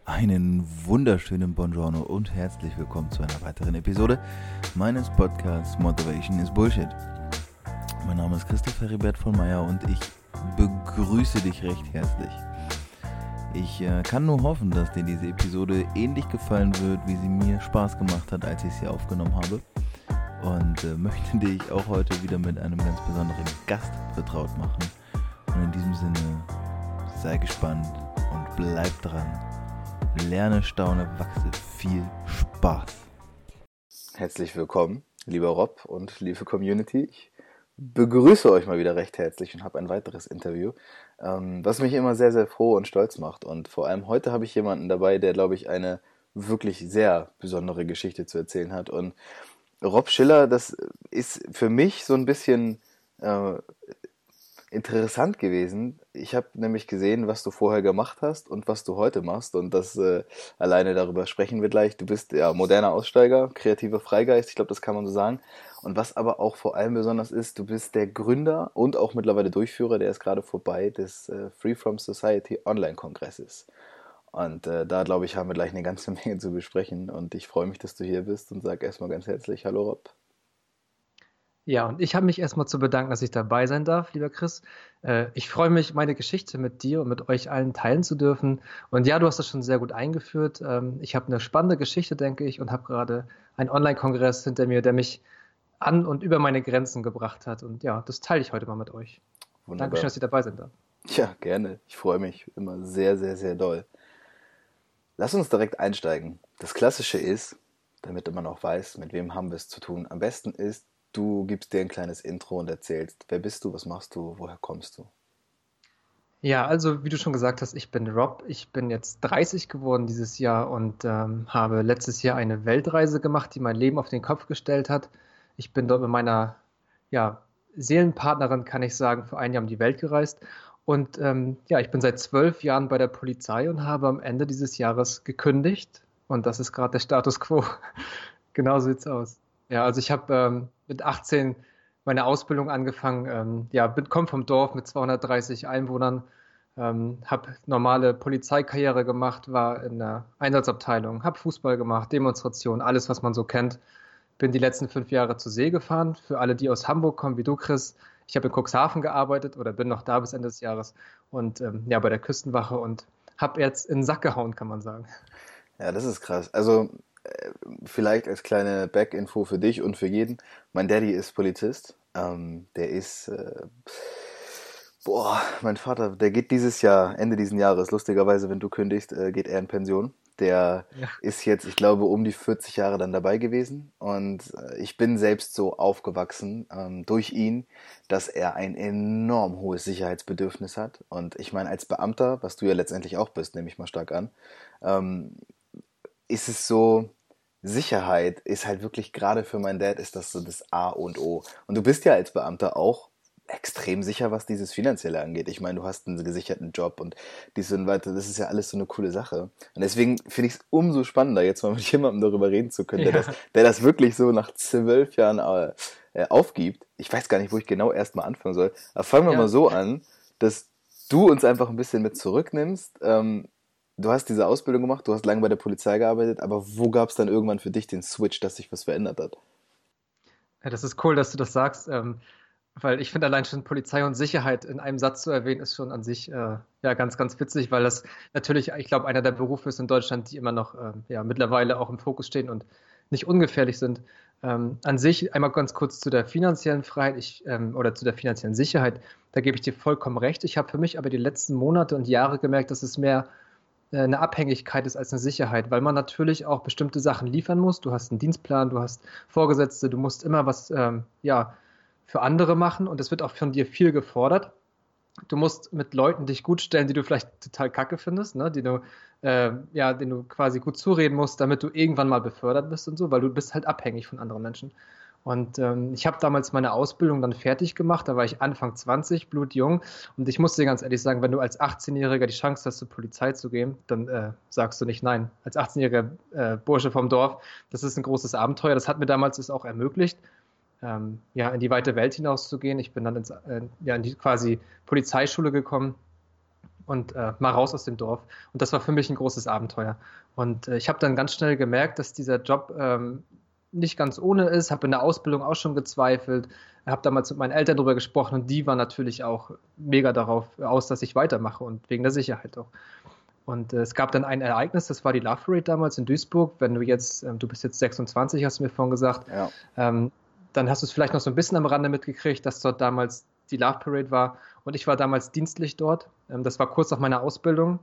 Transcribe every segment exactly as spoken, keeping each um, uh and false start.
Einen wunderschönen Buongiorno und herzlich willkommen zu einer weiteren Episode meines Podcasts Motivation is Bullshit. Mein Name ist Christoph Heribert von Meyer und ich begrüße dich recht herzlich. Ich äh, kann nur hoffen, dass dir diese Episode ähnlich gefallen wird, wie sie mir Spaß gemacht hat, als ich sie aufgenommen habe. Und äh, möchte dich auch heute wieder mit einem ganz besonderen Gast vertraut machen. Und in diesem Sinne, sei gespannt und bleib dran. Lerne, staune, wachse. Viel Spaß. Herzlich willkommen, lieber Rob und liebe Community. Ich begrüße euch mal wieder recht herzlich und habe ein weiteres Interview, ähm, was mich immer sehr, sehr froh und stolz macht. Und vor allem heute habe ich jemanden dabei, der, glaube ich, eine wirklich sehr besondere Geschichte zu erzählen hat. Und Rob Schiller, das ist für mich so ein bisschen äh, interessant gewesen. Ich habe nämlich gesehen, was du vorher gemacht hast und was du heute machst, und das äh, alleine darüber sprechen wir gleich. Du bist ja moderner Aussteiger, kreativer Freigeist, ich glaube, das kann man so sagen. Und was aber auch vor allem besonders ist, du bist der Gründer und auch mittlerweile Durchführer, der ist gerade vorbei, des äh, Free From Society Online-Kongresses. Und äh, da, glaube ich, haben wir gleich eine ganze Menge zu besprechen, und ich freue mich, dass du hier bist, und sage erstmal ganz herzlich Hallo Rob. Ja, und ich habe mich erstmal zu bedanken, dass ich dabei sein darf, lieber Chris. Äh, ich freue mich, meine Geschichte mit dir und mit euch allen teilen zu dürfen. Und ja, du hast das schon sehr gut eingeführt. Ähm, ich habe eine spannende Geschichte, denke ich, und habe gerade einen Online-Kongress hinter mir, der mich an und über meine Grenzen gebracht hat. Und ja, das teile ich heute mal mit euch. Dankeschön, Wunderbar. dass ich dabei sein darf. Ja, gerne. Ich freue mich immer sehr, sehr, sehr doll. Lass uns direkt einsteigen. Das Klassische ist, damit man auch weiß, mit wem haben wir es zu tun. Am besten ist, du gibst dir ein kleines Intro und erzählst, wer bist du, was machst du, woher kommst du? Ja, also wie du schon gesagt hast, ich bin Rob. Ich bin jetzt dreißig geworden dieses Jahr und ähm, habe letztes Jahr eine Weltreise gemacht, die mein Leben auf den Kopf gestellt hat. Ich bin dort mit meiner ja, Seelenpartnerin, kann ich sagen, für ein Jahr um die Welt gereist. Und ähm, ja, ich bin seit zwölf Jahren bei der Polizei und habe am Ende dieses Jahres gekündigt. Und das ist gerade der Status quo. Genau so sieht's aus. Ja, also ich habe ähm, mit achtzehn meine Ausbildung angefangen. Ähm, ja, bin, komm vom Dorf mit zweihundertdreißig Einwohnern, ähm, habe normale Polizeikarriere gemacht, war in der Einsatzabteilung, habe Fußball gemacht, Demonstrationen, alles, was man so kennt. Bin die letzten fünf Jahre zur See gefahren. Für alle, die aus Hamburg kommen, wie du, Chris. Ich habe in Cuxhaven gearbeitet oder bin noch da bis Ende des Jahres und ähm, ja, bei der Küstenwache und habe jetzt in den Sack gehauen, kann man sagen. Ja, das ist krass. Also, äh, vielleicht als kleine Back-Info für dich und für jeden. Mein Daddy ist Polizist. Ähm, der ist, äh, boah, mein Vater, der geht dieses Jahr, Ende diesen Jahres, lustigerweise, wenn du kündigst, äh, geht er in Pension. Der Ja, ist jetzt, ich glaube, um die vierzig Jahre dann dabei gewesen, und äh, ich bin selbst so aufgewachsen ähm, durch ihn, dass er ein enorm hohes Sicherheitsbedürfnis hat. Und ich meine, als Beamter, was du ja letztendlich auch bist, nehme ich mal stark an, ähm, ist es so, Sicherheit ist halt wirklich, gerade für meinen Dad ist das so das A und O. Und du bist ja als Beamter auch extrem sicher, was dieses Finanzielle angeht. Ich meine, du hast einen gesicherten Job und dies und weiter. Das ist ja alles so eine coole Sache. Und deswegen finde ich es umso spannender, jetzt mal mit jemandem darüber reden zu können, der das, ja, der das wirklich so nach zwölf Jahren äh, äh, aufgibt. Ich weiß gar nicht, wo ich genau erst mal anfangen soll. Aber fangen wir mal ja. so an, dass du uns einfach ein bisschen mit zurücknimmst. Ähm, du hast diese Ausbildung gemacht, du hast lange bei der Polizei gearbeitet, aber wo gab es dann irgendwann für dich den Switch, dass sich was verändert hat? Ja, das ist cool, dass du das sagst, ähm, weil ich finde allein schon Polizei und Sicherheit in einem Satz zu erwähnen, ist schon an sich äh, ja ganz, ganz witzig, weil das natürlich, ich glaube, einer der Berufe ist in Deutschland, die immer noch ähm, ja, mittlerweile auch im Fokus stehen und nicht ungefährlich sind. Ähm, an sich einmal ganz kurz zu der finanziellen Freiheit ich, ähm, oder zu der finanziellen Sicherheit. Da gebe ich dir vollkommen recht. Ich habe für mich aber die letzten Monate und Jahre gemerkt, dass es mehr äh, eine Abhängigkeit ist als eine Sicherheit, weil man natürlich auch bestimmte Sachen liefern muss. Du hast einen Dienstplan, du hast Vorgesetzte, du musst immer was ähm, ja, für andere machen und es wird auch von dir viel gefordert. Du musst mit Leuten dich gut stellen, die du vielleicht total kacke findest, ne? die du, äh, ja, denen du quasi gut zureden musst, damit du irgendwann mal befördert bist und so, weil du bist halt abhängig von anderen Menschen. Und ähm, ich habe damals meine Ausbildung dann fertig gemacht, da war ich Anfang zwanzig, blutjung. Und ich muss dir ganz ehrlich sagen, wenn du als achtzehn-Jähriger die Chance hast, zur Polizei zu gehen, dann äh, sagst du nicht nein. Als achtzehn-jähriger äh, Bursche vom Dorf, das ist ein großes Abenteuer. Das hat mir damals es auch ermöglicht, ähm, ja, in die weite Welt hinauszugehen. Ich bin dann ins, äh, ja, in die quasi Polizeischule gekommen und äh, mal raus aus dem Dorf. Und das war für mich ein großes Abenteuer. Und äh, ich habe dann ganz schnell gemerkt, dass dieser Job ähm, nicht ganz ohne ist, habe in der Ausbildung auch schon gezweifelt, habe damals mit meinen Eltern darüber gesprochen und die waren natürlich auch mega darauf aus, dass ich weitermache und wegen der Sicherheit auch. Und äh, es gab dann ein Ereignis, das war die Love Parade damals in Duisburg. Wenn du jetzt, ähm, du bist jetzt sechsundzwanzig, hast du mir vorhin gesagt, Ja. ähm, dann hast du es vielleicht noch so ein bisschen am Rande mitgekriegt, dass dort damals die Love Parade war. Und ich war damals dienstlich dort. Ähm, das war kurz nach meiner Ausbildung.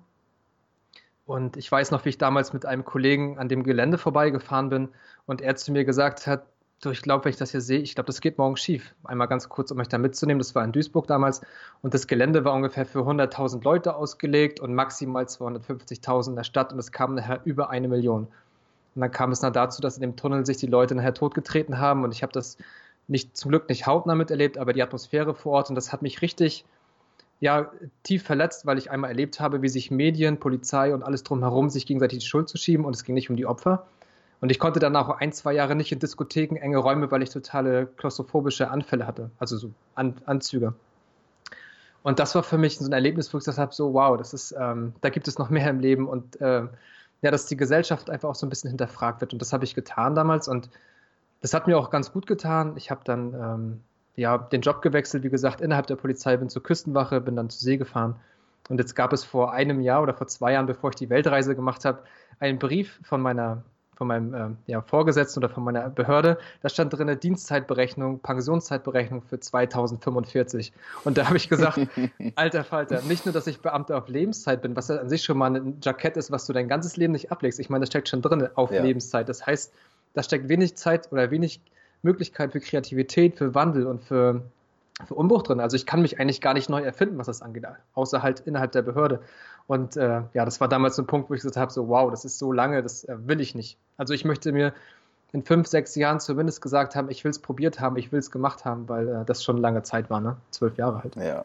Und ich weiß noch, wie ich damals mit einem Kollegen an dem Gelände vorbeigefahren bin und er zu mir gesagt hat, du, ich glaube, wenn ich das hier sehe, ich glaube, das geht morgen schief. Einmal ganz kurz, um euch da mitzunehmen, das war in Duisburg damals und das Gelände war ungefähr für hunderttausend Leute ausgelegt und maximal zweihundertfünfzigtausend in der Stadt und es kam nachher über eine Million. Und dann kam es dann dazu, dass in dem Tunnel sich die Leute nachher totgetreten haben und ich habe das nicht, zum Glück nicht hautnah miterlebt, aber die Atmosphäre vor Ort und das hat mich richtig ja, tief verletzt, weil ich einmal erlebt habe, wie sich Medien, Polizei und alles drumherum sich gegenseitig die Schuld zu schieben und es ging nicht um die Opfer. Und ich konnte dann auch ein, zwei Jahre nicht in Diskotheken, enge Räume, weil ich totale klaustrophobische Anfälle hatte, also so An- Anzüge. Und das war für mich so ein Erlebnis, wo ich gesagt habe, so wow, das ist, ähm, da gibt es noch mehr im Leben und äh, ja, dass die Gesellschaft einfach auch so ein bisschen hinterfragt wird. Und das habe ich getan damals und das hat mir auch ganz gut getan. Ich habe dann ähm, ja, den Job gewechselt, wie gesagt, innerhalb der Polizei, bin zur Küstenwache, bin dann zur See gefahren. Und jetzt gab es vor einem Jahr oder vor zwei Jahren, bevor ich die Weltreise gemacht habe, einen Brief von meiner, von meinem äh, ja, Vorgesetzten oder von meiner Behörde. Da stand drin Dienstzeitberechnung, Pensionszeitberechnung für zweitausendfünfundvierzig. Und da habe ich gesagt, alter Falter, nicht nur, dass ich Beamter auf Lebenszeit bin, was ja an sich schon mal ein Jackett ist, was du dein ganzes Leben nicht ablegst. Ich meine, das steckt schon drin auf Ja. Lebenszeit. Das heißt, da steckt wenig Zeit oder wenig Möglichkeit für Kreativität, für Wandel und für, für Umbruch drin. Also ich kann mich eigentlich gar nicht neu erfinden, was das angeht, außer halt innerhalb der Behörde. Und äh, ja, das war damals so ein Punkt, wo ich gesagt habe, so wow, das ist so lange, das äh, will ich nicht. Also ich möchte mir in fünf, sechs Jahren zumindest gesagt haben, ich will es probiert haben, ich will es gemacht haben, weil äh, das schon lange Zeit war, ne? Zwölf Jahre halt. Ja.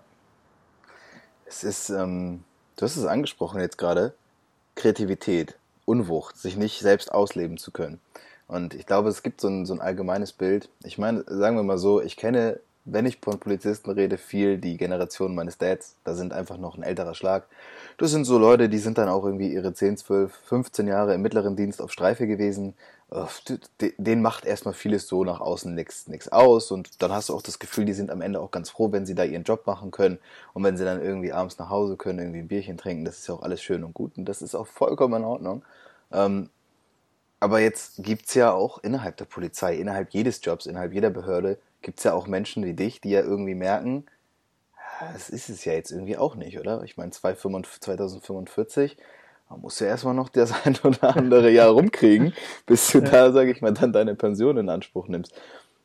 Es ist, ähm, du hast es angesprochen jetzt gerade, Kreativität, Unwucht, sich nicht selbst ausleben zu können. Und ich glaube, es gibt so ein, so ein allgemeines Bild. Ich meine, sagen wir mal so, ich kenne, wenn ich von Polizisten rede, viel die Generation meines Dads. Da sind einfach noch ein älterer Schlag. Das sind so Leute, die sind dann auch irgendwie ihre zehn, zwölf, fünfzehn Jahre im mittleren Dienst auf Streife gewesen. Denen macht erstmal vieles so nach außen nichts nichts aus. Und dann hast du auch das Gefühl, die sind am Ende auch ganz froh, wenn sie da ihren Job machen können. Und wenn sie dann irgendwie abends nach Hause können, irgendwie ein Bierchen trinken. Das ist ja auch alles schön und gut. Und das ist auch vollkommen in Ordnung. Ähm, Aber jetzt gibt's ja auch innerhalb der Polizei, innerhalb jedes Jobs, innerhalb jeder Behörde, gibt's ja auch Menschen wie dich, die ja irgendwie merken, das ist es ja jetzt irgendwie auch nicht, oder? Ich meine, zweitausendfünfundvierzig, man muss ja erstmal noch das ein oder andere Jahr rumkriegen, bis du Ja. da, sag ich mal, dann deine Pension in Anspruch nimmst.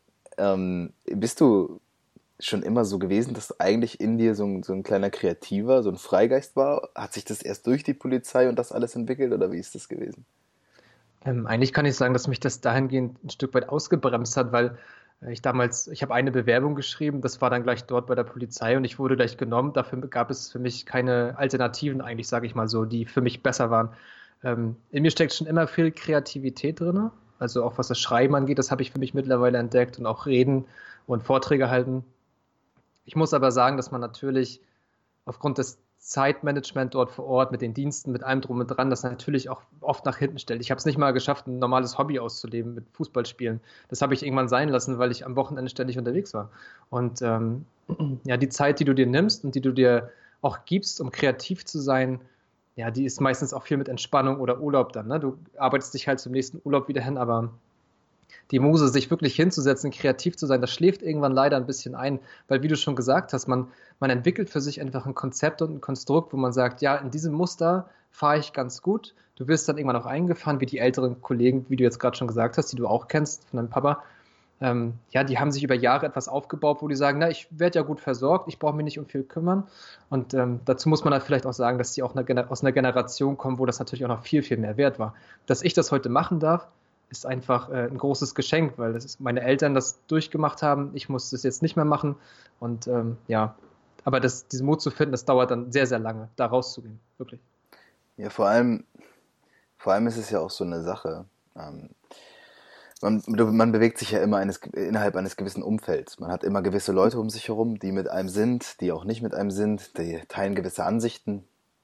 Ähm, bist du schon immer so gewesen, dass du eigentlich in dir so ein, so ein kleiner Kreativer, so ein Freigeist war? Hat sich das erst durch die Polizei und das alles entwickelt, oder wie ist das gewesen? Ähm, eigentlich kann ich sagen, dass mich das dahingehend ein Stück weit ausgebremst hat, weil äh, ich damals, ich habe eine Bewerbung geschrieben, das war dann gleich dort bei der Polizei und ich wurde gleich genommen. Dafür gab es für mich keine Alternativen eigentlich, sage ich mal so, die für mich besser waren. Ähm, in mir steckt schon immer viel Kreativität drin, also auch was das Schreiben angeht, das habe ich für mich mittlerweile entdeckt und auch Reden und Vorträge halten. Ich muss aber sagen, dass man natürlich aufgrund des Zeitmanagement dort vor Ort mit den Diensten, mit allem drum und dran, das natürlich auch oft nach hinten stellt. Ich habe es nicht mal geschafft, ein normales Hobby auszuleben mit Fußballspielen. Das habe ich irgendwann sein lassen, weil ich am Wochenende ständig unterwegs war. Und ähm, ja, die Zeit, die du dir nimmst und die du dir auch gibst, um kreativ zu sein, ja, die ist meistens auch viel mit Entspannung oder Urlaub dann. Ne? Du arbeitest dich halt zum nächsten Urlaub wieder hin, aber die Muse, sich wirklich hinzusetzen, kreativ zu sein, das schläft irgendwann leider ein bisschen ein, weil wie du schon gesagt hast, man, man entwickelt für sich einfach ein Konzept und ein Konstrukt, wo man sagt, ja, in diesem Muster fahre ich ganz gut. Du wirst dann irgendwann auch eingefahren, wie die älteren Kollegen, wie du jetzt gerade schon gesagt hast, die du auch kennst von deinem Papa. Ähm, ja, die haben sich über Jahre etwas aufgebaut, wo die sagen, na, ich werde ja gut versorgt, ich brauche mich nicht um viel kümmern. Und ähm, dazu muss man dann vielleicht auch sagen, dass die auch eine, aus einer Generation kommen, wo das natürlich auch noch viel, viel mehr wert war. Dass ich das heute machen darf, ist einfach äh, ein großes Geschenk, weil das ist, meine Eltern das durchgemacht haben. Ich muss das jetzt nicht mehr machen. Und ähm, ja, aber das, diesen Mut zu finden, das dauert dann sehr, sehr lange, da rauszugehen, wirklich. Ja, vor allem, vor allem ist es ja auch so eine Sache. Ähm, man, man bewegt sich ja immer eines, innerhalb eines gewissen Umfelds. Man hat immer gewisse Leute um sich herum, die mit einem sind, die auch nicht mit einem sind, die teilen gewisse Ansichten.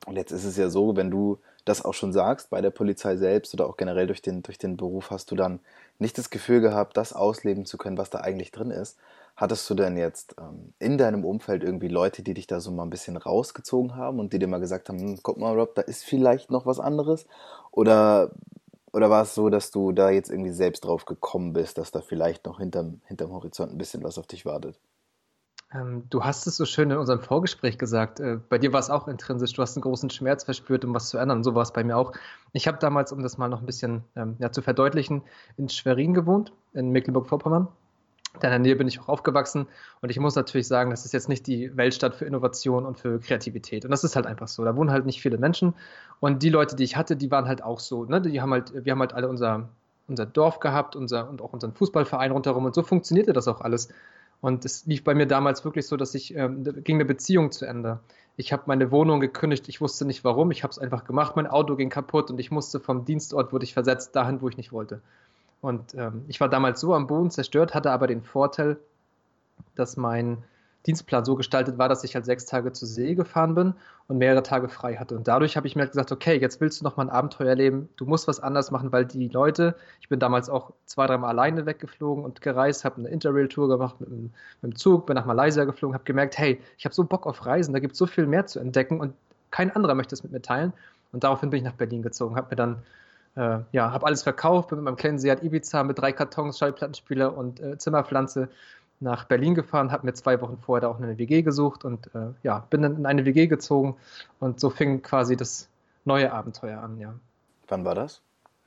Und jetzt ist es ja so, wenn du das auch schon sagst, bei der Polizei selbst oder auch generell durch den, durch den Beruf, hast du dann nicht das Gefühl gehabt, das ausleben zu können, was da eigentlich drin ist. Hattest du denn jetzt ähm, in deinem Umfeld irgendwie Leute, die dich da so mal ein bisschen rausgezogen haben und die dir mal gesagt haben, hm, guck mal, Rob, da ist vielleicht noch was anderes? Oder, oder war es so, dass du da jetzt irgendwie selbst drauf gekommen bist, dass da vielleicht noch hinterm, hinterm Horizont ein bisschen was auf dich wartet? Ähm, du hast es so schön in unserem Vorgespräch gesagt. Äh, bei dir war es auch intrinsisch. Du hast einen großen Schmerz verspürt, um was zu ändern. So war es bei mir auch. Ich habe damals, um das mal noch ein bisschen ähm, ja, zu verdeutlichen, in Schwerin gewohnt, in Mecklenburg-Vorpommern. Da in der Nähe bin ich auch aufgewachsen. Und ich muss natürlich sagen, das ist jetzt nicht die Weltstadt für Innovation und für Kreativität. Und das ist halt einfach so. Da wohnen halt nicht viele Menschen. Und die Leute, die ich hatte, die waren halt auch so. Ne? Die haben halt, wir haben halt alle unser, unser Dorf gehabt, unser, und auch unseren Fußballverein rundherum. Und so funktionierte das auch alles. Und es lief bei mir damals wirklich so, dass ich, ähm, da ging eine Beziehung zu Ende. Ich habe meine Wohnung gekündigt, ich wusste nicht warum, ich habe es einfach gemacht, mein Auto ging kaputt und ich musste vom Dienstort, wurde ich versetzt, dahin, wo ich nicht wollte. Und ähm, ich war damals so am Boden zerstört, hatte aber den Vorteil, dass mein Dienstplan so gestaltet war, dass ich halt sechs Tage zur See gefahren bin und mehrere Tage frei hatte. Und dadurch habe ich mir halt gesagt, okay, jetzt willst du noch mal ein Abenteuer erleben, du musst was anders machen, weil die Leute, ich bin damals auch zwei, dreimal alleine weggeflogen und gereist, habe eine Interrail-Tour gemacht mit dem, mit dem Zug, bin nach Malaysia geflogen, habe gemerkt, hey, ich habe so Bock auf Reisen, da gibt es so viel mehr zu entdecken und kein anderer möchte es mit mir teilen. Und daraufhin bin ich nach Berlin gezogen, habe mir dann äh, ja, habe alles verkauft, bin mit meinem kleinen Seat Ibiza mit drei Kartons, Schallplattenspieler und äh, Zimmerpflanze nach Berlin gefahren, habe mir zwei Wochen vorher da auch eine W G gesucht und äh, ja, bin dann in eine W G gezogen und so fing quasi das neue Abenteuer an, ja. Wann war das?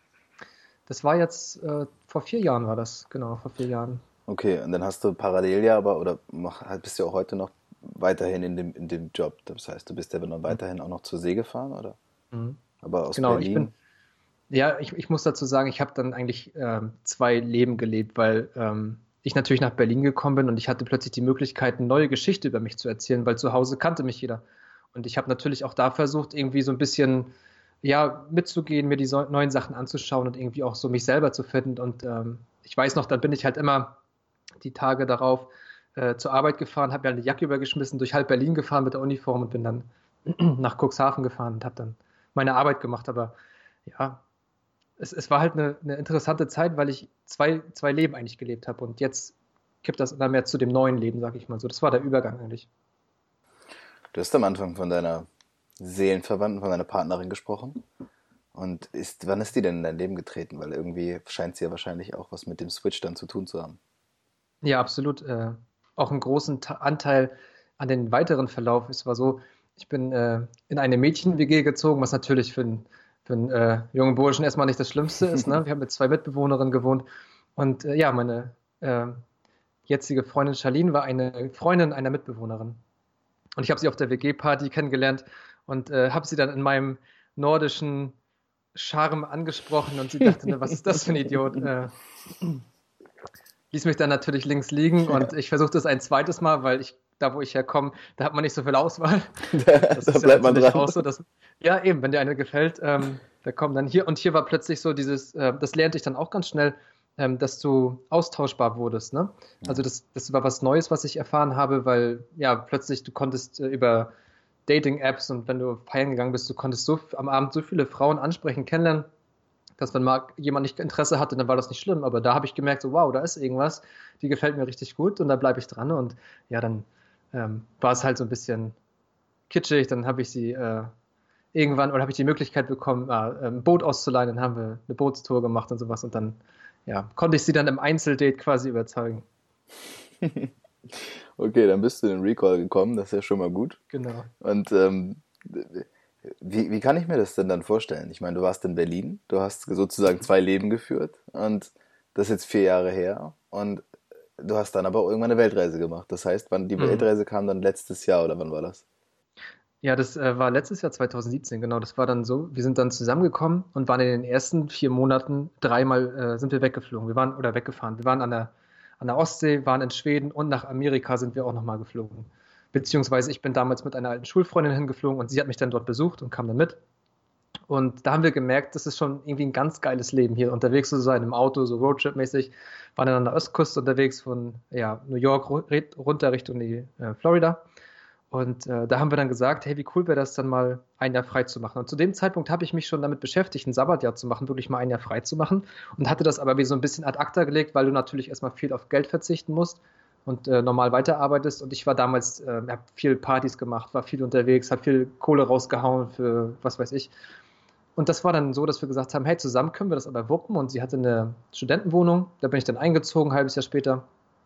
Das war jetzt, äh, vor vier Jahren war das, genau, vor vier Jahren. Okay, und dann hast du parallel ja aber, oder mach, bist du auch heute noch weiterhin in dem, in dem Job. Das heißt, du bist ja dann weiterhin auch noch zur See gefahren, oder? Mhm. Aber aus Genau, ich bin, Berlin? ja, ich, ich muss dazu sagen, ich habe dann eigentlich ähm, zwei Leben gelebt, weil ähm, ich natürlich nach Berlin gekommen bin und ich hatte plötzlich die Möglichkeit, eine neue Geschichte über mich zu erzählen, weil zu Hause kannte mich jeder. Und ich habe natürlich auch da versucht, irgendwie so ein bisschen ja, mitzugehen, mir die so neuen Sachen anzuschauen und irgendwie auch so mich selber zu finden. Und ähm, ich weiß noch, dann bin ich halt immer die Tage darauf äh, zur Arbeit gefahren, habe mir eine Jacke übergeschmissen, durch halb Berlin gefahren mit der Uniform und bin dann nach Cuxhaven gefahren und habe dann meine Arbeit gemacht. Aber ja, es, es war halt eine, eine interessante Zeit, weil ich zwei, zwei Leben eigentlich gelebt habe. Und jetzt kippt das immer mehr zu dem neuen Leben, sag ich mal so. Das war der Übergang eigentlich. Du hast am Anfang von deiner Seelenverwandten, von deiner Partnerin gesprochen. Und ist, wann ist die denn in dein Leben getreten? Weil irgendwie scheint sie ja wahrscheinlich auch was mit dem Switch dann zu tun zu haben. Ja, absolut. Äh, auch einen großen Ta Anteil an den weiteren Verlauf. Es war so, ich bin äh, in eine Mädchen-W G gezogen, was natürlich für einen, für einen äh, jungen Burschen erstmal nicht das Schlimmste ist. Ne? Wir haben mit zwei Mitbewohnerinnen gewohnt. Und äh, ja, meine äh, jetzige Freundin Charlene war eine Freundin einer Mitbewohnerin. Und ich habe sie auf der W G-Party kennengelernt und äh, habe sie dann in meinem nordischen Charme angesprochen und sie dachte, ne, was ist das für ein Idiot? Äh, ließ mich dann natürlich links liegen und ich versuchte es ein zweites Mal, weil ich, da wo ich herkomme, da hat man nicht so viel Auswahl. Das Da ist ja bleibt man natürlich dran. auch so, dass, ja eben, wenn dir eine gefällt, ähm, da kommen dann hier, und hier war plötzlich so dieses, äh, das lernte ich dann auch ganz schnell, ähm, dass du austauschbar wurdest, ne? Also das, das war was Neues, was ich erfahren habe, weil ja, plötzlich du konntest äh, über Dating-Apps und wenn du feiern gegangen bist, du konntest so am Abend so viele Frauen ansprechen, kennenlernen, dass wenn mal jemand nicht Interesse hatte, dann war das nicht schlimm. Aber da habe ich gemerkt, so wow, da ist irgendwas, die gefällt mir richtig gut und da bleibe ich dran. Und ja, dann ähm, war es halt so ein bisschen kitschig. Dann habe ich sie äh, irgendwann oder habe ich die Möglichkeit bekommen, äh, ein Boot auszuleihen. Dann haben wir eine Bootstour gemacht und sowas. Und dann ja, konnte ich sie dann im Einzeldate quasi überzeugen. Okay, dann bist du in den Recall gekommen, das ist ja schon mal gut. Genau. Und ähm, wie, wie kann ich mir das denn dann vorstellen? Ich meine, du warst in Berlin, du hast sozusagen zwei Leben geführt und das ist jetzt vier Jahre her und du hast dann aber auch irgendwann eine Weltreise gemacht. Das heißt, wann die Mhm. Weltreise kam, dann letztes Jahr oder wann war das? Ja, das äh, war letztes Jahr zwanzig siebzehn, genau. Das war dann so, wir sind dann zusammengekommen und waren in den ersten vier Monaten dreimal äh, sind wir weggeflogen. Wir waren oder weggefahren. Wir waren an der, an der Ostsee, waren in Schweden und nach Amerika sind wir auch nochmal geflogen. Beziehungsweise ich bin damals mit einer alten Schulfreundin hingeflogen und sie hat mich dann dort besucht und kam dann mit. Und da haben wir gemerkt, das ist schon irgendwie ein ganz geiles Leben hier unterwegs zu sein, im Auto, so Roadtrip-mäßig. Waren dann an der Ostküste unterwegs von ja, New York ru- runter Richtung die äh, Florida. Und äh, da haben wir dann gesagt, hey, wie cool wäre das dann mal ein Jahr frei zu machen. Und zu dem Zeitpunkt habe ich mich schon damit beschäftigt, ein Sabbatjahr zu machen, wirklich mal ein Jahr frei zu machen und hatte das aber wie so ein bisschen ad acta gelegt, weil du natürlich erstmal viel auf Geld verzichten musst und äh, normal weiterarbeitest. Und ich war damals, äh, habe viel Partys gemacht, war viel unterwegs, habe viel Kohle rausgehauen für was weiß ich. Und das war dann so, dass wir gesagt haben, hey, zusammen können wir das aber wuppen. Und sie hatte eine Studentenwohnung, da bin ich dann eingezogen, ein halbes Jahr später.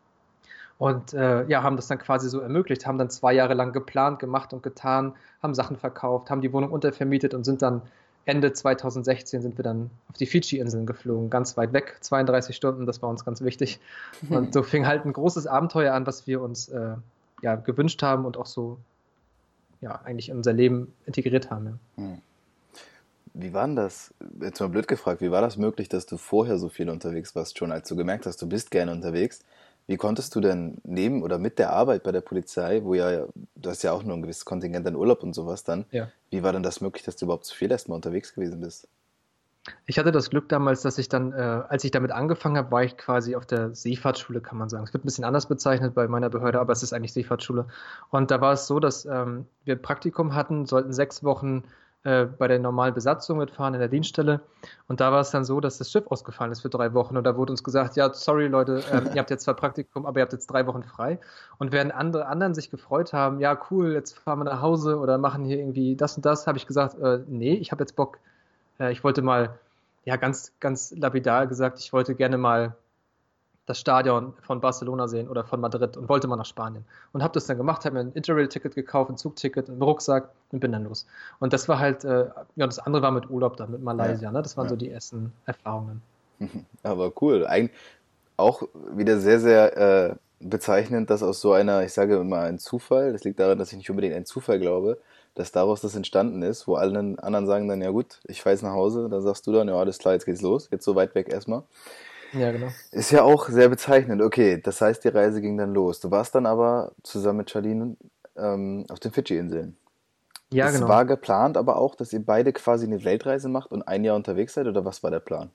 Und äh, ja, haben das dann quasi so ermöglicht, haben dann zwei Jahre lang geplant, gemacht und getan, haben Sachen verkauft, haben die Wohnung untervermietet und sind dann Ende zwanzig sechzehn sind wir dann auf die Fidschi-Inseln geflogen, ganz weit weg, zweiunddreißig Stunden, das war uns ganz wichtig. Und so fing halt ein großes Abenteuer an, was wir uns äh, ja, gewünscht haben und auch so ja, eigentlich in unser Leben integriert haben. Ja. Hm. Wie war denn das, jetzt mal blöd gefragt, wie war das möglich, dass du vorher so viel unterwegs warst, schon als du gemerkt hast, du bist gerne unterwegs? Wie konntest du denn neben oder mit der Arbeit bei der Polizei, wo ja, du hast ja auch nur ein gewisses Kontingent an Urlaub und sowas dann, Ja. wie war denn das möglich, dass du überhaupt so viel erstmal unterwegs gewesen bist? Ich hatte das Glück damals, dass ich dann, äh, als ich damit angefangen habe, war ich quasi auf der Seefahrtsschule, kann man sagen. Es wird ein bisschen anders bezeichnet bei meiner Behörde, aber es ist eigentlich Seefahrtsschule. Und da war es so, dass ähm, wir ein Praktikum hatten, sollten sechs Wochen äh, bei der normalen Besatzung mitfahren in der Dienststelle. Und da war es dann so, dass das Schiff ausgefallen ist für drei Wochen. Und da wurde uns gesagt, ja, sorry Leute, ähm, ihr habt jetzt zwar Praktikum, aber ihr habt jetzt drei Wochen frei. Und während andere anderen sich gefreut haben, ja cool, jetzt fahren wir nach Hause oder machen hier irgendwie das und das, habe ich gesagt, äh, nee, ich habe jetzt Bock. Äh, ich wollte mal, ja ganz, ganz lapidar gesagt, ich wollte gerne mal das Stadion von Barcelona sehen oder von Madrid und wollte mal nach Spanien. Und habe das dann gemacht, habe mir ein Interrail-Ticket gekauft, ein Zugticket, einen Rucksack und bin dann los. Und das war halt, äh, ja, das andere war mit Urlaub dann, mit Malaysia, Ja, ne? Das waren ja. so die ersten Erfahrungen. Aber cool. Eig auch wieder sehr, sehr äh, bezeichnend, dass aus so einer, ich sage immer ein Zufall, das liegt daran, dass ich nicht unbedingt an Zufall glaube, dass daraus das entstanden ist, wo alle anderen sagen dann, ja gut, ich fahre jetzt nach Hause, dann sagst du dann, ja alles klar, jetzt geht's los, jetzt so weit weg erstmal. Ja, genau. Ist ja auch sehr bezeichnend. Okay, das heißt, die Reise ging dann los. Du warst dann aber zusammen mit Charlene ähm, auf den Fidschi-Inseln. Ja, Es genau. war geplant aber auch, dass ihr beide quasi eine Weltreise macht und ein Jahr unterwegs seid, oder was war der Plan?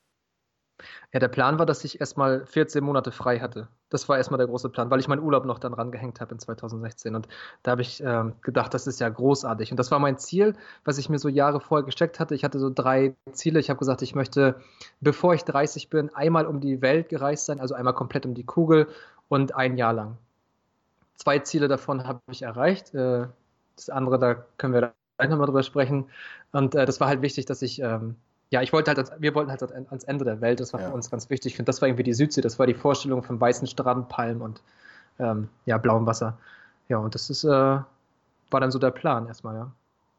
Ja, der Plan war, dass ich erstmal vierzehn Monate frei hatte. Das war erstmal der große Plan, weil ich meinen Urlaub noch dann rangehängt habe in zwanzig sechzehn. Und da habe ich ähm, gedacht, das ist ja großartig. Und das war mein Ziel, was ich mir so Jahre vorher gesteckt hatte. Ich hatte so drei Ziele. Ich habe gesagt, ich möchte, bevor ich dreißig bin, einmal um die Welt gereist sein, also einmal komplett um die Kugel und ein Jahr lang. Zwei Ziele davon habe ich erreicht. Äh, das andere, da können wir gleich nochmal drüber sprechen. Und äh, das war halt wichtig, dass ich, ähm, ja, ich wollte halt, ans, wir wollten halt ans Ende der Welt. Das war für Ja. uns ganz wichtig. Ich finde, das war irgendwie die Südsee. Das war die Vorstellung von weißen Strand, Palmen und ähm, ja, blauem Wasser. Ja, und das ist, äh, war dann so der Plan erstmal, ja.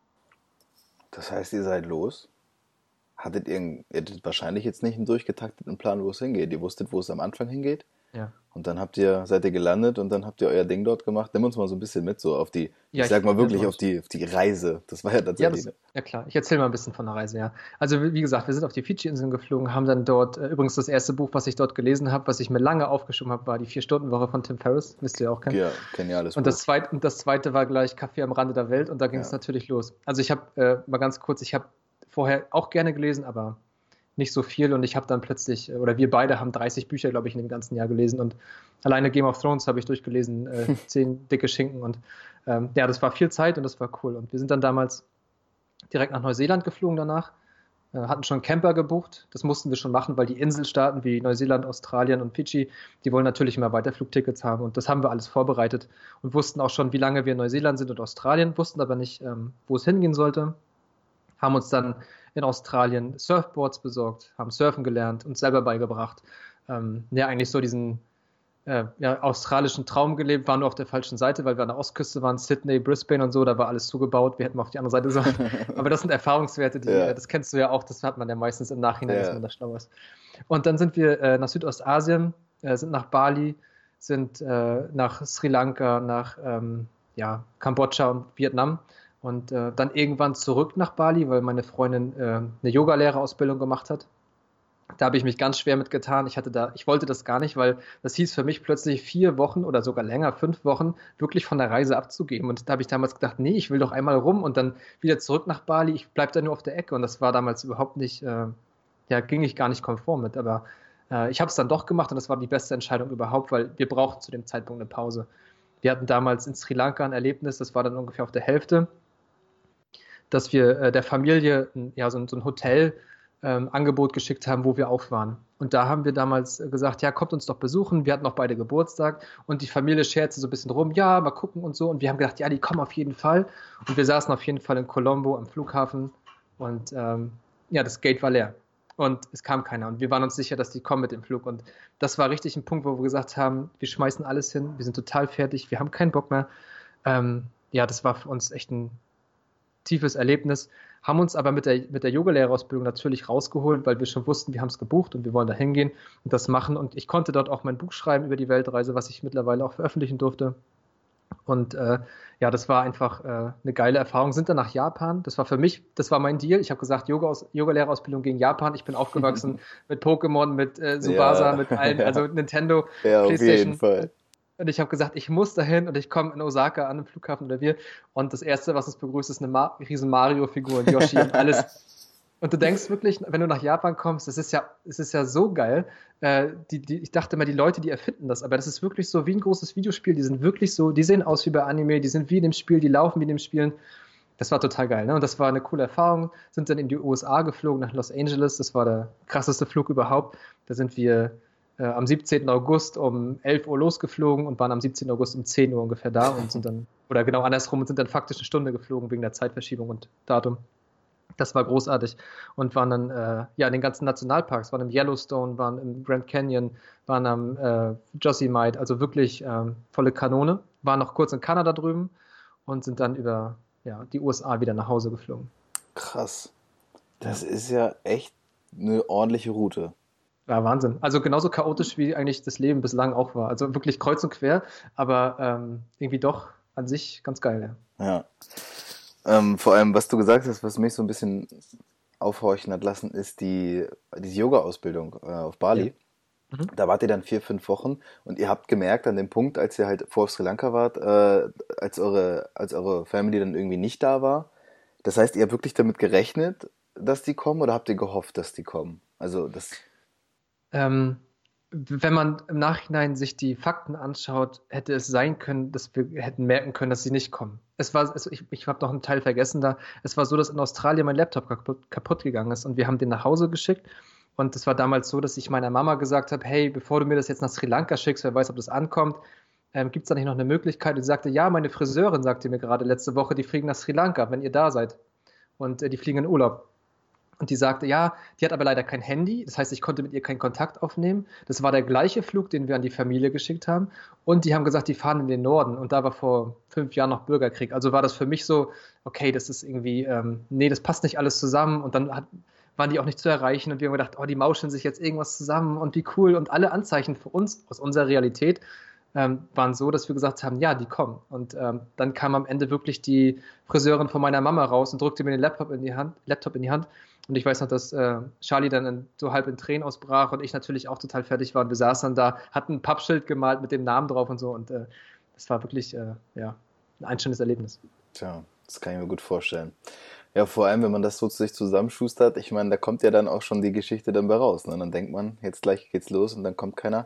Das heißt, ihr seid los. Hattet ihr, ihr hattet wahrscheinlich jetzt nicht einen durchgetakteten Plan, wo es hingeht. Ihr wusstet, wo es am Anfang hingeht. Ja. Und dann habt ihr, seid ihr gelandet und dann habt ihr euer Ding dort gemacht. Nimm uns mal so ein bisschen mit, so auf die, Ja, ich sag ich, mal wirklich ja, auf die, auf die Reise. Das war ja Ja, tatsächlich. das, ja klar. Ich erzähle mal ein bisschen von der Reise, ja. Also wie wie gesagt, wir sind auf die Fidschi-Inseln geflogen, haben dann dort, äh, übrigens das erste Buch, was ich dort gelesen habe, was ich mir lange aufgeschoben habe, war die Vier-Stunden-Woche von Tim Ferriss, müsst ihr auch kennen. Ja, geniales Und Buch. das zweite, und das zweite war gleich Kaffee am Rande der Welt und da ging es Ja. natürlich los. Also ich habe, äh, mal ganz kurz, ich habe vorher auch gerne gelesen, aber nicht so viel und ich habe dann plötzlich, äh, oder wir beide haben dreißig Bücher, glaube ich, in dem ganzen Jahr gelesen und alleine Game of Thrones habe ich durchgelesen, äh, zehn dicke Schinken und ähm, ja, das war viel Zeit und das war cool. Und wir sind dann damals direkt nach Neuseeland geflogen danach, äh, hatten schon Camper gebucht. Das mussten wir schon machen, weil die Inselstaaten wie Neuseeland, Australien und Fidschi, die wollen natürlich immer Weiterflugtickets haben. Und das haben wir alles vorbereitet und wussten auch schon, wie lange wir in Neuseeland sind und Australien, wussten aber nicht, ähm, wo es hingehen sollte. Haben uns dann in Australien Surfboards besorgt, haben Surfen gelernt, uns selber beigebracht. Ähm, ja, eigentlich so diesen äh, ja, australischen Traum gelebt, waren nur auf der falschen Seite, weil wir an der Ostküste waren, Sydney, Brisbane und so, da war alles zugebaut, wir hätten mal auf die andere Seite sollen. Aber das sind Erfahrungswerte, die, Ja. äh, das kennst du ja auch, das hat man ja meistens im Nachhinein, dass Ja. man da schlau ist. Und dann sind wir äh, nach Südostasien, äh, sind nach Bali, sind äh, nach Sri Lanka, nach ähm, ja, Kambodscha und Vietnam und äh, dann irgendwann zurück nach Bali, weil meine Freundin äh, eine Yogalehrerausbildung gemacht hat. Da habe ich mich ganz schwer mit getan. Ich hatte da, ich wollte das gar nicht, weil das hieß für mich plötzlich vier Wochen oder sogar länger, fünf Wochen wirklich von der Reise abzugeben. Und da habe ich damals gedacht, nee, ich will doch einmal rum und dann wieder zurück nach Bali. Ich bleibe da nur auf der Ecke. Und das war damals überhaupt nicht, äh, ja, ging ich gar nicht konform mit. Aber äh, ich habe es dann doch gemacht und das war die beste Entscheidung überhaupt, weil wir brauchten zu dem Zeitpunkt eine Pause. Wir hatten damals in Sri Lanka ein Erlebnis, das war dann ungefähr auf der Hälfte, dass wir äh, der Familie ja, so, so ein Hotel ähm, Angebot geschickt haben, wo wir auch waren. Und da haben wir damals gesagt, ja, kommt uns doch besuchen. Wir hatten auch beide Geburtstag und die Familie scherzte so ein bisschen rum, ja, mal gucken und so. Und wir haben gedacht, ja, die kommen auf jeden Fall. Und wir saßen auf jeden Fall in Colombo am Flughafen und ähm, ja, das Gate war leer. Und es kam keiner. Und wir waren uns sicher, dass die kommen mit dem Flug. Und das war richtig ein Punkt, wo wir gesagt haben, wir schmeißen alles hin, wir sind total fertig, wir haben keinen Bock mehr. Ähm, ja, das war für uns echt ein tiefes Erlebnis, haben uns aber mit der, mit der Yogalehrerausbildung natürlich rausgeholt, weil wir schon wussten, wir haben es gebucht und wir wollen da hingehen und das machen. Und ich konnte dort auch mein Buch schreiben über die Weltreise, was ich mittlerweile auch veröffentlichen durfte. Und äh, ja, das war einfach äh, eine geile Erfahrung. Sind dann nach Japan. Das war für mich, das war mein Deal. Ich habe gesagt, Yoga aus, Yogalehrerausbildung gegen Japan. Ich bin aufgewachsen mit Pokémon, mit äh, Subasa, Ja, mit allen, also Nintendo, ja, auf PlayStation. jeden Fall. Und ich habe gesagt, ich muss dahin und ich komme in Osaka an, im Flughafen oder wir. Und das Erste, was uns begrüßt, ist eine Ma- riesen Mario-Figur und Yoshi und alles. Und du denkst wirklich, wenn du nach Japan kommst, das ist ja, es ist ja so geil. Äh, die, die, ich dachte immer, die Leute, die erfinden das, aber das ist wirklich so wie ein großes Videospiel. Die sind wirklich so, die sehen aus wie bei Anime, die sind wie in dem Spiel, die laufen wie in dem Spielen. Das war total geil, ne? Und das war eine coole Erfahrung. Sind dann in die U S A geflogen, nach Los Angeles. Das war der krasseste Flug überhaupt. Da sind wir äh, am siebzehnten August um elf Uhr losgeflogen und waren am siebzehnten August um zehn Uhr ungefähr da und sind dann, oder genau andersrum, und sind dann faktisch eine Stunde geflogen wegen der Zeitverschiebung und Datum. Das war großartig und waren dann äh, ja in den ganzen Nationalparks, waren im Yellowstone, waren im Grand Canyon, waren am äh, Yosemite, also wirklich ähm, volle Kanone. Waren noch kurz in Kanada drüben und sind dann über ja, die U S A wieder nach Hause geflogen. Krass. Das ist ja echt eine ordentliche Route. Ja, Wahnsinn. Also genauso chaotisch, wie eigentlich das Leben bislang auch war. Also wirklich kreuz und quer, aber ähm, irgendwie doch an sich ganz geil. Ja. Ja. Ähm, vor allem, was du gesagt hast, was mich so ein bisschen aufhorchen hat lassen, ist die diese Yoga-Ausbildung äh, auf Bali. Ja. Mhm. Da wart ihr dann vier, fünf Wochen und ihr habt gemerkt an dem Punkt, als ihr halt vor Sri Lanka wart, äh, als eure als eure Family dann irgendwie nicht da war. Das heißt, ihr habt wirklich damit gerechnet, dass die kommen, oder habt ihr gehofft, dass die kommen? Also das. Ähm, wenn man im Nachhinein sich die Fakten anschaut, hätte es sein können, dass wir hätten merken können, dass sie nicht kommen. Es war, also ich, ich habe noch einen Teil vergessen da. Es war so, dass in Australien mein Laptop kaputt, kaputt gegangen ist und wir haben den nach Hause geschickt. Und es war damals so, dass ich meiner Mama gesagt habe, hey, bevor du mir das jetzt nach Sri Lanka schickst, wer weiß, ob das ankommt, ähm, gibt es da nicht noch eine Möglichkeit? Und sie sagte, ja, meine Friseurin sagte mir gerade letzte Woche, die fliegen nach Sri Lanka, wenn ihr da seid. Und äh, die fliegen in Urlaub. Und die sagte, ja, die hat aber leider kein Handy. Das heißt, ich konnte mit ihr keinen Kontakt aufnehmen. Das war der gleiche Flug, den wir an die Familie geschickt haben. Und die haben gesagt, die fahren in den Norden. Und da war vor fünf Jahren noch Bürgerkrieg. Also war das für mich so, okay, das ist irgendwie, ähm, nee, das passt nicht alles zusammen. Und dann hat, waren die auch nicht zu erreichen. Und wir haben gedacht, oh, die mauscheln sich jetzt irgendwas zusammen. Und wie cool. Und alle Anzeichen für uns aus unserer Realität ähm, waren so, dass wir gesagt haben, ja, die kommen. Und ähm, dann kam am Ende wirklich die Friseurin von meiner Mama raus und drückte mir den Laptop in die Hand, Laptop in die Hand. Und ich weiß noch, dass äh, Charlie dann in, so halb in Tränen ausbrach und ich natürlich auch total fertig war. Und wir saßen dann da, hatten ein Pappschild gemalt mit dem Namen drauf und so. Und äh, das war wirklich äh, ja, ein schönes Erlebnis. Tja, das kann ich mir gut vorstellen. Ja, vor allem, wenn man das so sich zusammenschustert, ich meine, da kommt ja dann auch schon die Geschichte dann bei raus. Ne? Dann denkt man, jetzt gleich geht's los und dann kommt keiner.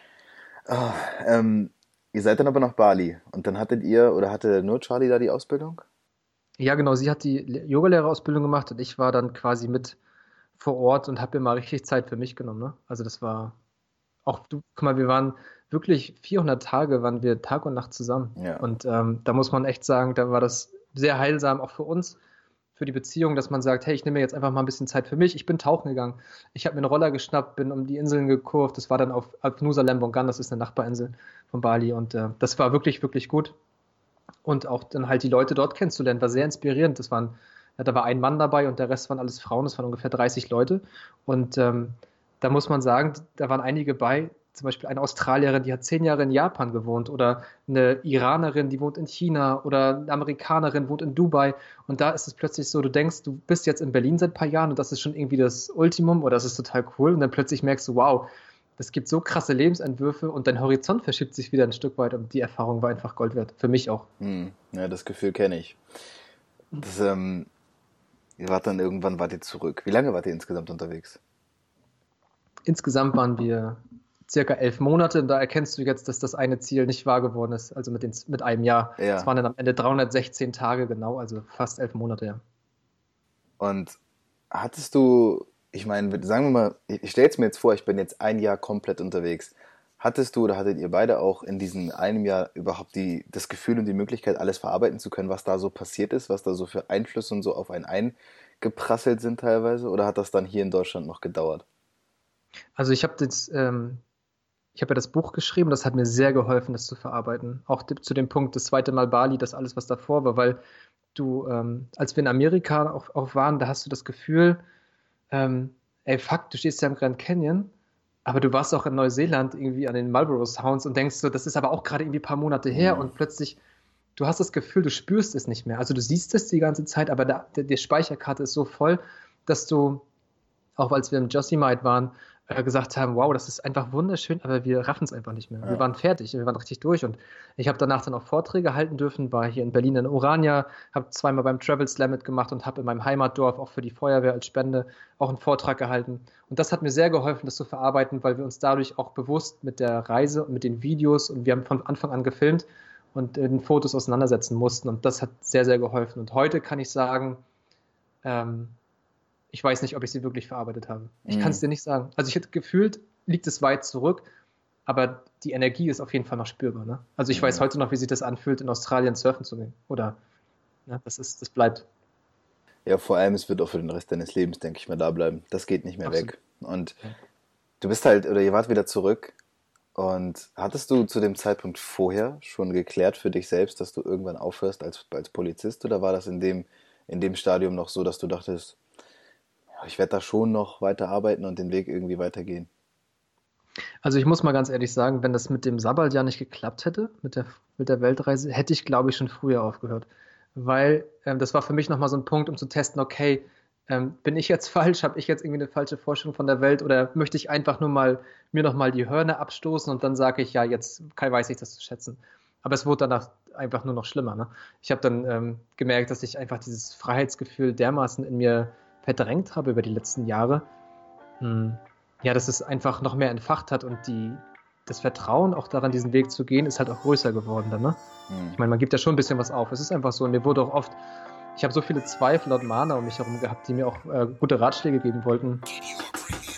Ah, ähm, ihr seid dann aber nach Bali und dann hattet ihr, oder hatte nur Charlie da die Ausbildung? Ja, genau, sie hat die Yogalehrerausbildung gemacht und ich war dann quasi mit vor Ort und habe mir mal richtig Zeit für mich genommen. Ne? Also das war auch, du, guck mal, wir waren wirklich vierhundert Tage, waren wir Tag und Nacht zusammen. Ja. Und ähm, da muss man echt sagen, da war das sehr heilsam, auch für uns, für die Beziehung, dass man sagt, hey, ich nehme mir jetzt einfach mal ein bisschen Zeit für mich. Ich bin tauchen gegangen. Ich habe mir einen Roller geschnappt, bin um die Inseln gekurvt. Das war dann auf, auf Nusa Lembongan, das ist eine Nachbarinsel von Bali. Und äh, das war wirklich, wirklich gut. Und auch dann halt die Leute dort kennenzulernen, war sehr inspirierend. Das waren, ja, da war ein Mann dabei und der Rest waren alles Frauen, das waren ungefähr dreißig Leute. Und ähm, da muss man sagen, da waren einige bei, zum Beispiel eine Australierin, die hat zehn Jahre in Japan gewohnt oder eine Iranerin, die wohnt in China oder eine Amerikanerin, wohnt in Dubai. Und da ist es plötzlich so, du denkst, du bist jetzt in Berlin seit ein paar Jahren und das ist schon irgendwie das Ultimum oder das ist total cool. Und dann plötzlich merkst du, wow, es gibt so krasse Lebensentwürfe und dein Horizont verschiebt sich wieder ein Stück weit und die Erfahrung war einfach Gold wert. Für mich auch. Hm, ja, das Gefühl kenne ich. Das, ähm, ihr wart dann irgendwann, wart ihr zurück. Wie lange wart ihr insgesamt unterwegs? Insgesamt waren wir circa elf Monate. Und da erkennst du jetzt, dass das eine Ziel nicht wahr geworden ist, also mit, den, mit einem Jahr. Es Ja. waren dann am Ende dreihundertsechzehn Tage genau, also fast elf Monate, ja. Und hattest du, ich meine, sagen wir mal, ich stelle es mir jetzt vor, ich bin jetzt ein Jahr komplett unterwegs. Hattest du oder hattet ihr beide auch in diesem einem Jahr überhaupt die, das Gefühl und die Möglichkeit, alles verarbeiten zu können, was da so passiert ist, was da so für Einflüsse und so auf einen eingeprasselt sind teilweise? Oder hat das dann hier in Deutschland noch gedauert? Also ich habe das, ähm, ich habe ja das Buch geschrieben, das hat mir sehr geholfen, das zu verarbeiten. Auch di- zu dem Punkt, das zweite Mal Bali, das alles, was davor war, weil du, ähm, als wir in Amerika auch, auch waren, da hast du das Gefühl, ähm, ey, fuck, du stehst ja im Grand Canyon, aber du warst auch in Neuseeland irgendwie an den Marlborough Sounds und denkst so, das ist aber auch gerade irgendwie ein paar Monate her Mhm. und plötzlich, du hast das Gefühl, du spürst es nicht mehr. Also du siehst es die ganze Zeit, aber da, die, die Speicherkarte ist so voll, dass du, auch als wir im Yosemite waren, äh, gesagt haben, wow, das ist einfach wunderschön, aber wir raffen es einfach nicht mehr. Wir Ja. waren fertig, wir waren richtig durch und ich habe danach dann auch Vorträge halten dürfen, war hier in Berlin in Orania, habe zweimal beim Travel Slam mitgemacht und habe in meinem Heimatdorf auch für die Feuerwehr als Spende auch einen Vortrag gehalten. Und das hat mir sehr geholfen, das zu verarbeiten, weil wir uns dadurch auch bewusst mit der Reise und mit den Videos und wir haben von Anfang an gefilmt und äh, den Fotos auseinandersetzen mussten und das hat sehr, sehr geholfen. Und heute kann ich sagen, ähm, ich weiß nicht, ob ich sie wirklich verarbeitet habe. Ich kann es Mhm. dir nicht sagen. Also ich hätte gefühlt, liegt es weit zurück, aber die Energie ist auf jeden Fall noch spürbar. Ne? Also ich weiß Mhm. heute noch, wie sich das anfühlt, in Australien surfen zu gehen. Oder ne, das ist, das bleibt. Ja, vor allem, es wird auch für den Rest deines Lebens, denke ich mal, da bleiben. Das geht nicht mehr Absolut. weg. Und Ja. du bist halt, oder ihr wart wieder zurück. Und hattest du zu dem Zeitpunkt vorher schon geklärt für dich selbst, dass du irgendwann aufhörst als, als Polizist? Oder war das in dem, in dem Stadium noch so, dass du dachtest, ja, ich werde da schon noch weiter arbeiten und den Weg irgendwie weitergehen? Also ich muss mal ganz ehrlich sagen, wenn das mit dem Sabbatjahr nicht geklappt hätte, mit der, mit der Weltreise, hätte ich, glaube ich, schon früher aufgehört. Weil ähm, das war für mich nochmal so ein Punkt, um zu testen, okay, ähm, bin ich jetzt falsch? Habe ich jetzt irgendwie eine falsche Vorstellung von der Welt? Oder möchte ich einfach nur mal mir nochmal die Hörner abstoßen und dann sage ich, ja, jetzt kann, weiß ich das zu schätzen. Aber es wurde danach einfach nur noch schlimmer. Ne? Ich habe dann ähm, gemerkt, dass ich einfach dieses Freiheitsgefühl dermaßen in mir verdrängt habe über die letzten Jahre. Hm. Ja, dass es einfach noch mehr entfacht hat und die, das Vertrauen auch daran, diesen Weg zu gehen, ist halt auch größer geworden dann, ne? Hm. Ich meine, man gibt ja schon ein bisschen was auf. Es ist einfach so, und mir wurde auch oft, ich habe so viele Zweifler und Mahner um mich herum gehabt, die mir auch äh, gute Ratschläge geben wollten.